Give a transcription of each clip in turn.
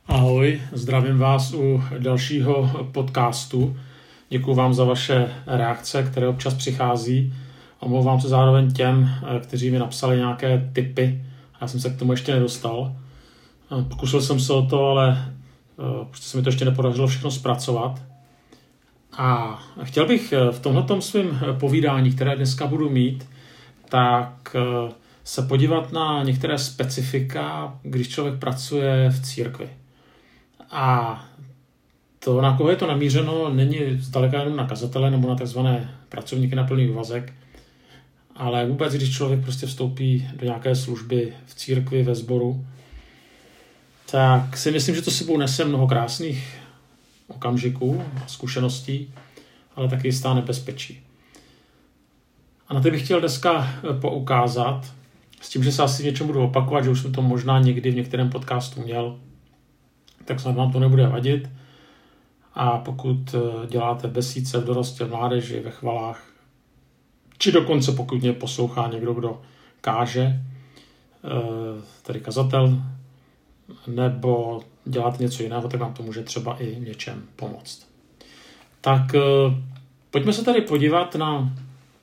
Ahoj, zdravím vás u dalšího podcastu. Děkuji vám za vaše reakce, které občas přichází. Omlouvám se zároveň těm, kteří mi napsali nějaké tipy. Já jsem se k tomu ještě nedostal. Pokusil jsem se o to, ale prostě se mi to ještě nepodařilo všechno zpracovat. A chtěl bych v tomhletom svém povídání, které dneska budu mít, tak se podívat na některé specifika, když člověk pracuje v církvi. A to, na koho je to namířeno, není zdaleka jenom na kazatele nebo na takzvané pracovníky na plný úvazek, ale vůbec, když člověk prostě vstoupí do nějaké služby v církvi, ve sboru, tak si myslím, že to sebou nese mnoho krásných okamžiků a zkušeností, ale taky jistá nebezpečí. A na to bych chtěl dneska poukázat, s tím, že se asi něčem budu opakovat, že už jsem to možná někdy v některém podcastu měl, tak snad vám to nebude vadit. A pokud děláte besídce v dorostě, v mládeži, ve chvalách, či dokonce pokud mě poslouchá někdo, kdo káže, tedy kazatel, nebo děláte něco jiného, tak vám to může třeba i něčem pomoct. Tak pojďme se tady podívat na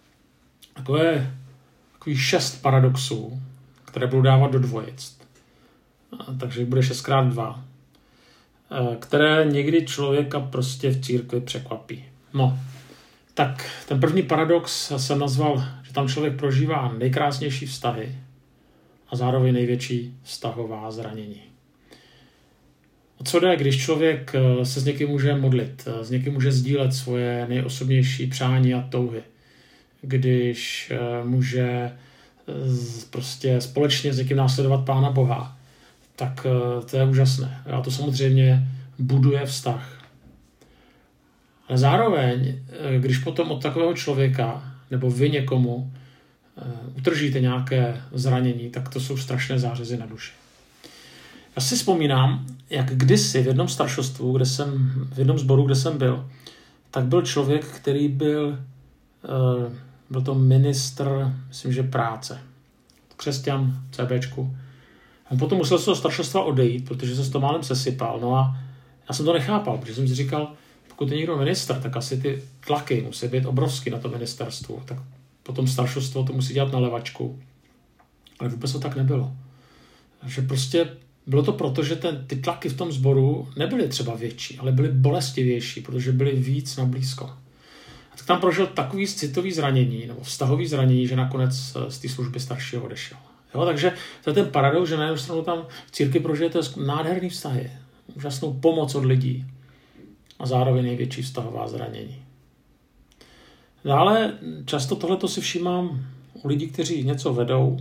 takových 6 paradoxů, které budu dávat do dvojic. Takže bude 6x2. Které někdy člověka prostě v církvi překvapí. No, tak ten první paradox jsem nazval, že tam člověk prožívá nejkrásnější vztahy a zároveň největší vztahová zranění. O co jde, když člověk se s někým může modlit, s někým může sdílet svoje nejosobnější přání a touhy, když může prostě společně s někým následovat Pána Boha, tak to je úžasné. A to samozřejmě buduje vztah. Ale zároveň, když potom od takového člověka nebo vy někomu utržíte nějaké zranění, tak to jsou strašné zářezy na duši. Já si vzpomínám, jak kdysi v jednom staršostvu, v jednom sboru, kde jsem byl, tak byl člověk, který byl to ministr, myslím, že práce. Křesťan, CBčku. On potom musel z toho staršostva odejít, protože se s to málem sesypal. No a já jsem to nechápal, protože jsem si říkal, pokud je někdo minister, tak asi ty tlaky musí být obrovský na to ministerstvu. Tak potom staršostvo to musí dělat na levačku. Ale vůbec to tak nebylo. Že prostě bylo to proto, že ty tlaky v tom sboru nebyly třeba větší, ale byly bolestivější, protože byly víc na blízko. A tak tam prožil takový citový zranění, nebo vztahový zranění, že nakonec z té služby staršího odešel. Jo, takže to je ten paradox, že na jednu stranu tam v církvi prožijete nádherný vztahy, úžasnou pomoc od lidí a zároveň největší vztahová zranění. Dále často tohleto si všímám u lidí, kteří něco vedou,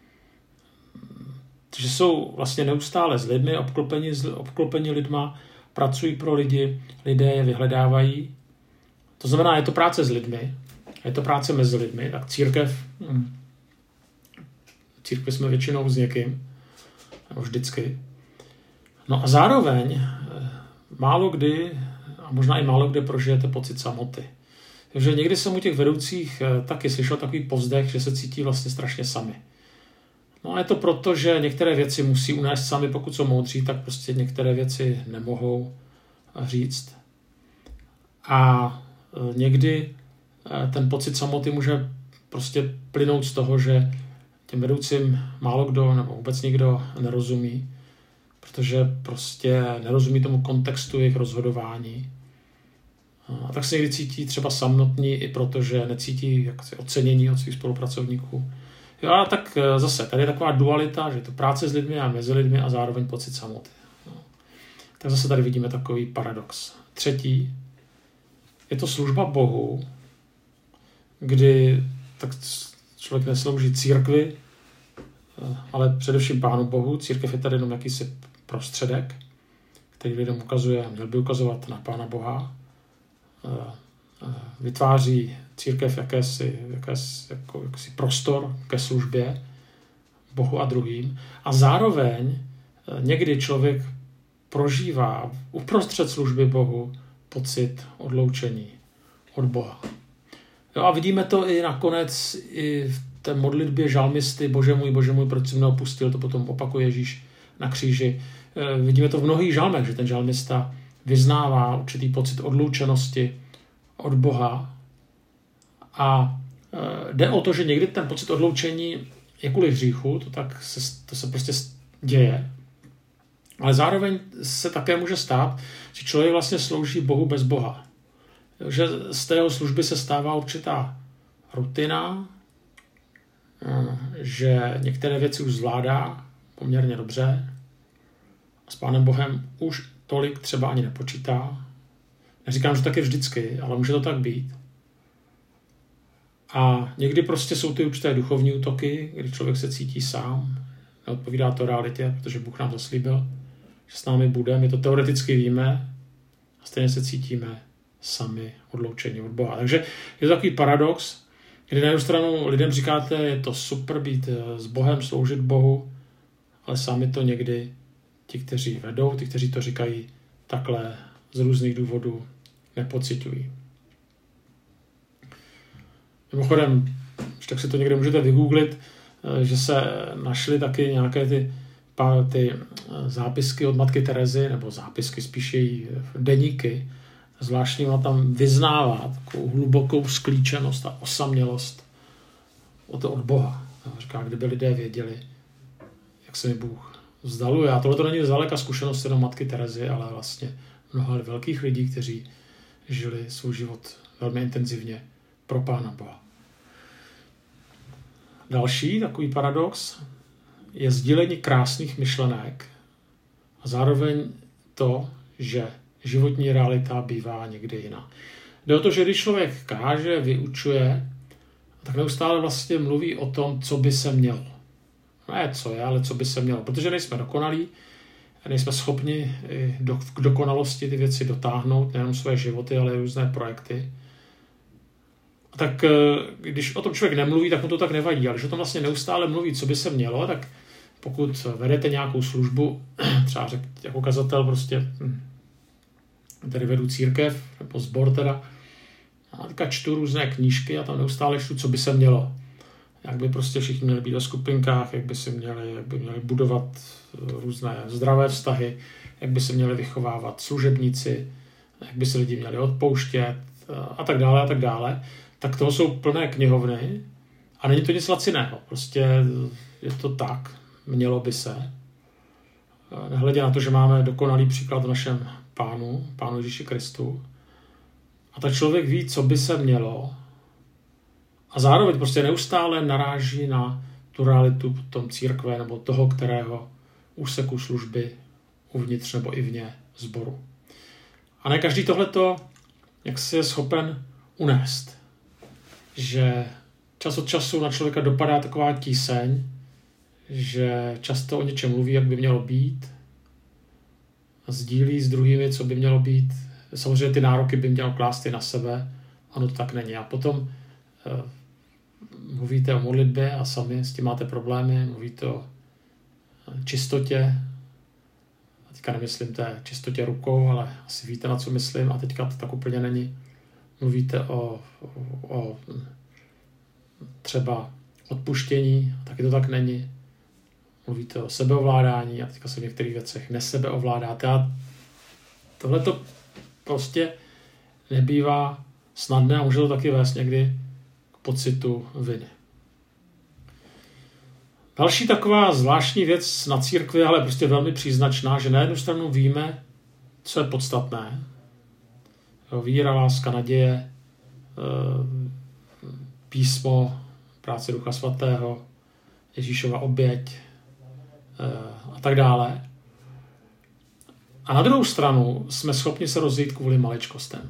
že jsou vlastně neustále s lidmi, obklopeni lidma, pracují pro lidi, lidé je vyhledávají. To znamená, je to práce s lidmi, je to práce mezi lidmi, tak církvi jsme většinou s někým, nebo vždycky. No a zároveň málo kdy, a možná i málo kde prožijete pocit samoty. Takže někdy jsem u těch vedoucích taky slyšel takový povzdech, že se cítí vlastně strašně sami. No a je to proto, že některé věci musí unést sami, pokud jsou moudří, tak prostě některé věci nemohou říct. A někdy ten pocit samoty může prostě plynout z toho, že těm vedoucím málo kdo nebo vůbec nikdo nerozumí, protože prostě nerozumí tomu kontextu jejich rozhodování. A tak se někdy cítí třeba samotní i proto, že necítí jaksi ocenění od svých spolupracovníků. Jo, a tak zase, tady je taková dualita, že je to práce s lidmi a mezi lidmi a zároveň pocit samoty. No. Tak zase tady vidíme takový paradox. Třetí, je to služba Bohu, kdy tak člověk neslouží církvi, ale především Pánu Bohu. Církev je tady jenom jakýsi prostředek, který lidem ukazuje, měl by ukazovat na Pána Boha. Vytváří církev jakýsi prostor ke službě Bohu a druhým. A zároveň někdy člověk prožívá uprostřed služby Bohu pocit odloučení od Boha. Jo, a vidíme to i nakonec i v té modlitbě žalmisty Bože můj, proč jsi mne opustil, to potom opakuje Ježíš na kříži. Vidíme to v mnohých žalmech, že ten žalmista vyznává určitý pocit odloučenosti od Boha. A jde o to, že někdy ten pocit odloučení je kvůli hříchu, to se prostě děje. Ale zároveň se také může stát, že člověk vlastně slouží Bohu bez Boha. Že z té jeho služby se stává určitá rutina, že některé věci už zvládá poměrně dobře a s Pánem Bohem už tolik třeba ani nepočítá. Neříkám, že tak je vždycky, ale může to tak být. A někdy prostě jsou ty určité duchovní útoky, kdy člověk se cítí sám, neodpovídá to realitě, protože Bůh nám zaslíbil, že s námi bude, my to teoreticky víme a stejně se cítíme sami odloučení od Boha. Takže je to takový paradox, kdy na jednu stranu lidem říkáte, je to super být s Bohem, sloužit Bohu, ale sami to někdy ti, kteří vedou, ti, kteří to říkají takhle z různých důvodů, nepociťují. Mimochodem, tak si to někde můžete vygooglit, že se našly taky nějaké ty zápisky od matky Terezy, nebo zápisky spíš její deníky. Zvláštně ona tam vyznává takovou hlubokou sklíčenost a osamělost od Boha. Říká, kdyby lidé věděli, jak se mi Bůh vzdaluje. A tohle to není zdaleka zkušenost jenom matky Terezy, ale vlastně mnoha velkých lidí, kteří žili svůj život velmi intenzivně pro Pána Boha. Další takový paradox je sdílení krásných myšlenek a zároveň to, že životní realita bývá někdy jiná. Jde o to, že když člověk káže, vyučuje, tak neustále vlastně mluví o tom, co by se mělo. Ne co je, ale co by se mělo. Protože nejsme dokonalí, nejsme schopni k dokonalosti ty věci dotáhnout, nejenom své životy, ale i různé projekty. Tak když o tom člověk nemluví, tak mu to tak nevadí. Ale když o tom vlastně neustále mluví, co by se mělo, tak pokud vedete nějakou službu, třeba jako kazatel prostě, tady vedu církev, nebo sbor teda, a teďka čtu různé knížky a tam neustále čtu, co by se mělo. Jak by prostě všichni měli být ve skupinkách, jak by měli budovat různé zdravé vztahy, jak by se měli vychovávat služebníci, jak by se lidi měli odpouštět a tak dále a tak dále. Tak toho jsou plné knihovny a není to nic laciného. Prostě je to tak, mělo by se. Nehledě na to, že máme dokonalý příklad v našem Pánu Ježíši Kristu. A tak člověk ví, co by se mělo a zároveň prostě neustále naráží na tu realitu tom církve nebo toho, kterého úseku služby uvnitř nebo i vně sboru. A ne každý tohleto, jak si je schopen unést. Že čas od času na člověka dopadá taková tíseň, že často o něčem mluví, jak by mělo být a sdílí s druhými, co by mělo být. Samozřejmě ty nároky by měl klást i na sebe, ono to tak není. A potom mluvíte o modlitbě a sami s tím máte problémy, mluvíte o čistotě. A teďka nemyslím té čistotě rukou, ale asi víte, na co myslím a teďka to tak úplně není. Mluvíte o třeba odpuštění, taky to tak není. Mluvíte o sebeovládání a teďka se v některých věcech nesebeovládáte. A tohle to prostě nebývá snadné a může to taky vést někdy k pocitu viny. Další taková zvláštní věc na církvi, ale prostě velmi příznačná, že na jednu stranu víme, co je podstatné. Víra, láska, naděje, písmo, práce Ducha Svatého, Ježíšova oběť a tak dále. A na druhou stranu jsme schopni se rozjít kvůli maličkostem.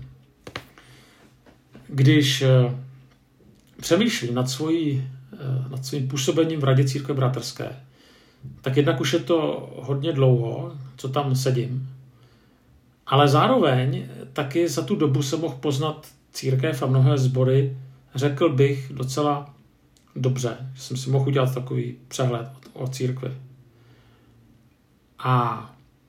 Když přemýšlím nad svým působením v Radě církve bratrské, tak jednak už je to hodně dlouho, co tam sedím, ale zároveň taky za tu dobu jsem mohl poznat církev a mnohé sbory, řekl bych docela dobře, že jsem si mohl udělat takový přehled o církvi. A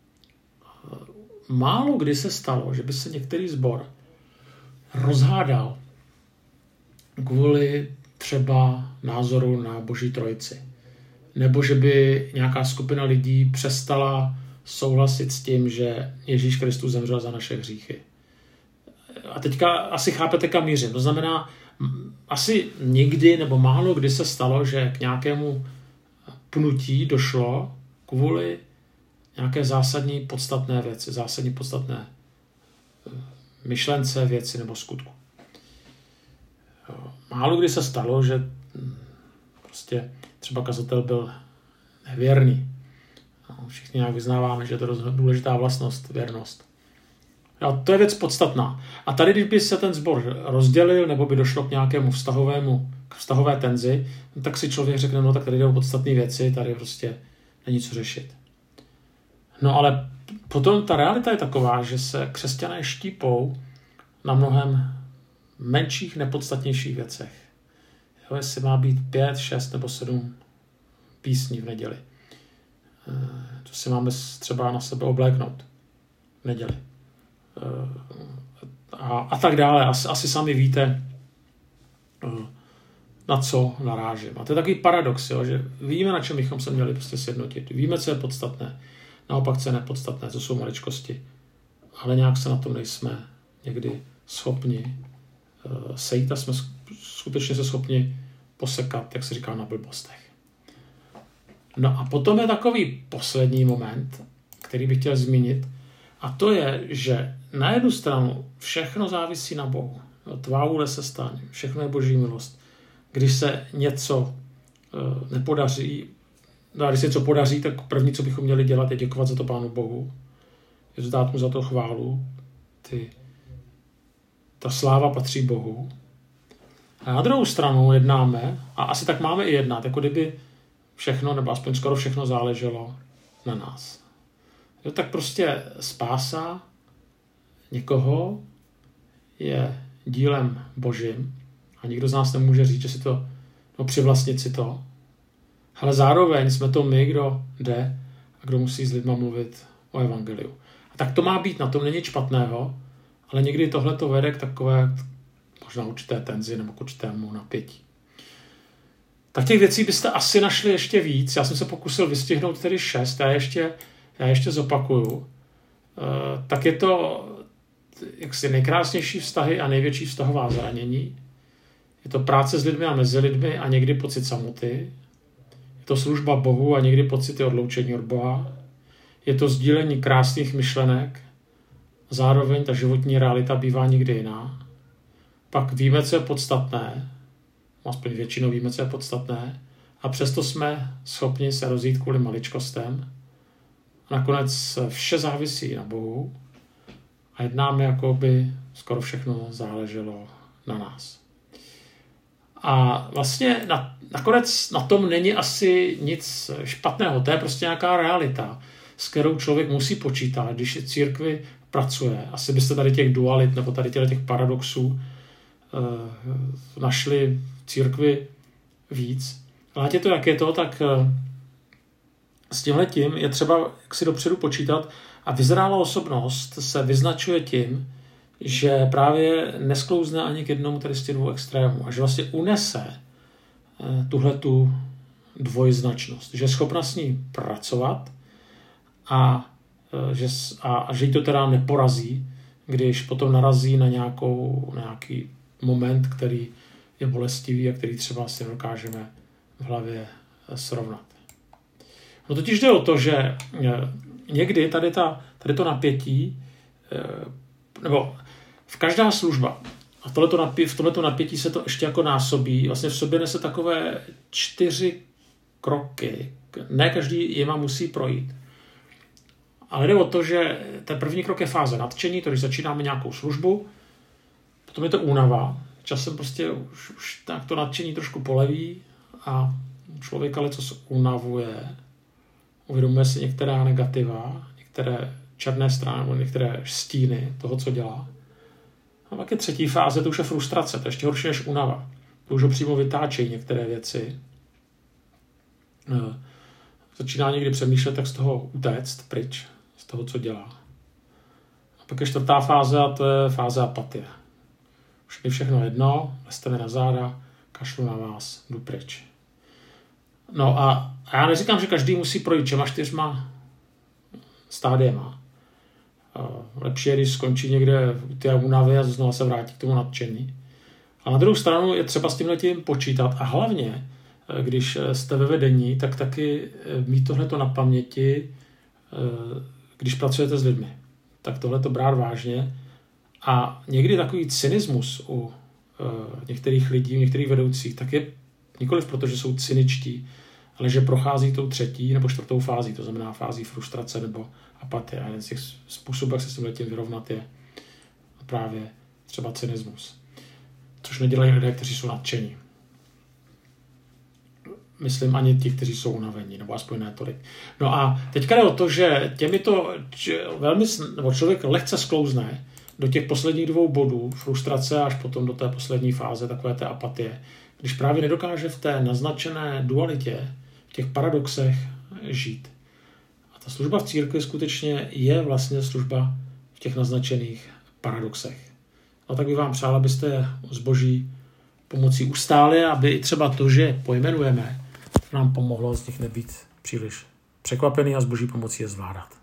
málo kdy se stalo, že by se některý sbor rozhádal kvůli třeba názoru na Boží trojici. nebo že by nějaká skupina lidí přestala souhlasit s tím, že Ježíš Kristus zemřel za naše hříchy. A teďka asi chápete, kam mířím. To znamená, asi nikdy nebo málo kdy se stalo, že k nějakému pnutí došlo kvůli nějaké zásadní podstatné věci, zásadní podstatné myšlence, věci nebo skutku. Málo kdy se stalo, že prostě třeba kazatel byl nevěrný. Všichni nějak vyznáváme, že to je důležitá vlastnost, věrnost. A to je věc podstatná. A tady, když by se ten sbor rozdělil, nebo by došlo k nějakému vztahové tenzi, tak si člověk řekne, no tak tady jde o podstatné věci, tady prostě není co řešit. No ale potom ta realita je taková, že se křesťané štípou na mnohem menších, nepodstatnějších věcech. Jo, jestli má být 5, 6 nebo 7 písní v neděli. To si máme třeba na sebe obléknout v neděli. A tak dále. Asi sami víte, na co narážím. A to je takový paradox, jo, že víme, na čem bychom se měli prostě sjednotit. Víme, co je podstatné. Naopak, co je nepodstatné, co jsou maličkosti. Ale nějak se na tom nejsme někdy schopni sejít a jsme skutečně se schopni posekat, jak se říká, na blbostech. No a potom je takový poslední moment, který bych chtěl zmínit, a to je, že na jednu stranu všechno závisí na Bohu. Tvá vůle se stane, všechno je boží milost. Když se něco nepodaří, no a když se něco podaří, tak první, co bychom měli dělat, je děkovat za to Pánu Bohu. Je dát mu za to chválu. Ta sláva patří Bohu. A na druhou stranu jednáme, a asi tak máme i jednat, jako kdyby všechno, nebo aspoň skoro všechno záleželo na nás. Jo, tak prostě spása někoho je dílem Božím a nikdo z nás nemůže říct, že si to, no přivlastnit si to, ale zároveň jsme to my, kdo jde a kdo musí s lidma mluvit o evangeliu. A tak to má být, na tom není nic špatného, ale někdy tohle to vede k takové možná určité tenzi nebo k určitému napětí. Tak těch věcí byste asi našli ještě víc. Já jsem se pokusil vystihnout tedy 6, já ještě zopakuju. Tak je to jaksi nejkrásnější vztahy a největší vztahová zranění. Je to práce s lidmi a mezi lidmi a někdy pocit samoty. Je to služba Bohu a někdy pocity odloučení od Boha. Je to sdílení krásných myšlenek. Zároveň ta životní realita bývá někdy jiná. Pak víme, co je podstatné. Aspoň většinou víme, co je podstatné. A přesto jsme schopni se rozjít kvůli maličkostem. A nakonec vše závisí na Bohu. A jednáme, jako by skoro všechno záleželo na nás. A vlastně nakonec na tom není asi nic špatného. To je prostě nějaká realita, s kterou člověk musí počítat, když v církvi pracuje. Asi byste tady těch dualit nebo tady těch paradoxů našli v církvi víc. Ale ať je to, jak je to, tak s tímhletím je třeba jak si dopředu počítat a vyzrálá osobnost se vyznačuje tím, že právě nesklouzne ani k jednomu tady z těch dvou extrémů a že vlastně unese tuhletu dvojznačnost, že je schopna s ní pracovat a že jí to teda neporazí, když potom narazí na nějaký moment, který je bolestivý a který třeba si dokážeme v hlavě srovnat. No totiž jde o to, že někdy tady to napětí, nebo v každá služba, a v tomto napětí se to ještě jako násobí, vlastně v sobě nese takové 4 kroky. Ne každý jima musí projít. Ale jde o to, že ten první krok je fáze nadšení, to když začínáme nějakou službu, potom je to únava. Časem prostě už tak to nadšení trošku poleví a člověk ale co se unavuje, uvědomuje si některá negativa, některé černé strany nebo některé stíny toho, co dělá. A pak je třetí fáze, to už je frustrace, to je ještě horší než únava. To už ho přímo vytáčejí některé věci. Začíná někdy přemýšlet, jak z toho utéct pryč, z toho, co dělá. A pak je čtvrtá fáze a to je fáze apatie. Už je všechno jedno, lezte mi na záda, kašlu na vás, jdu pryč. No a já neříkám, že každý musí projít 4 stádiema. Lepší je, když skončí někde u té únavy a znovu se vrátí k tomu nadšení. A na druhou stranu je třeba s tímhletím počítat a hlavně, když jste ve vedení, tak taky mít tohleto na paměti, když pracujete s lidmi. Tak tohleto brát vážně. A někdy takový cynismus u některých lidí, u některých vedoucích, tak je nikoliv proto, že jsou cyničtí, ale že prochází tou 3. nebo 4. fází, to znamená fází frustrace nebo apatie. A jeden z těch způsobů, jak se s tímhletím vyrovnat, je právě třeba cynismus. Což nedělají lidé, kteří jsou nadšení. Myslím ani ti, kteří jsou unavení, nebo aspoň ne tolik. No a teďka jde o to, že těmito nebo člověk lehce sklouzne do těch posledních 2 bodů, frustrace až potom do té poslední fáze, takové té apatie, když právě nedokáže v té naznačené dualitě, v těch paradoxech žít. A ta služba v církvi skutečně je vlastně služba v těch naznačených paradoxech. A tak bych vám přál, abyste s Boží pomocí ustáli, aby i třeba to, že pojmenujeme, nám pomohlo z nich nebýt příliš překvapený a s Boží pomocí je zvládat.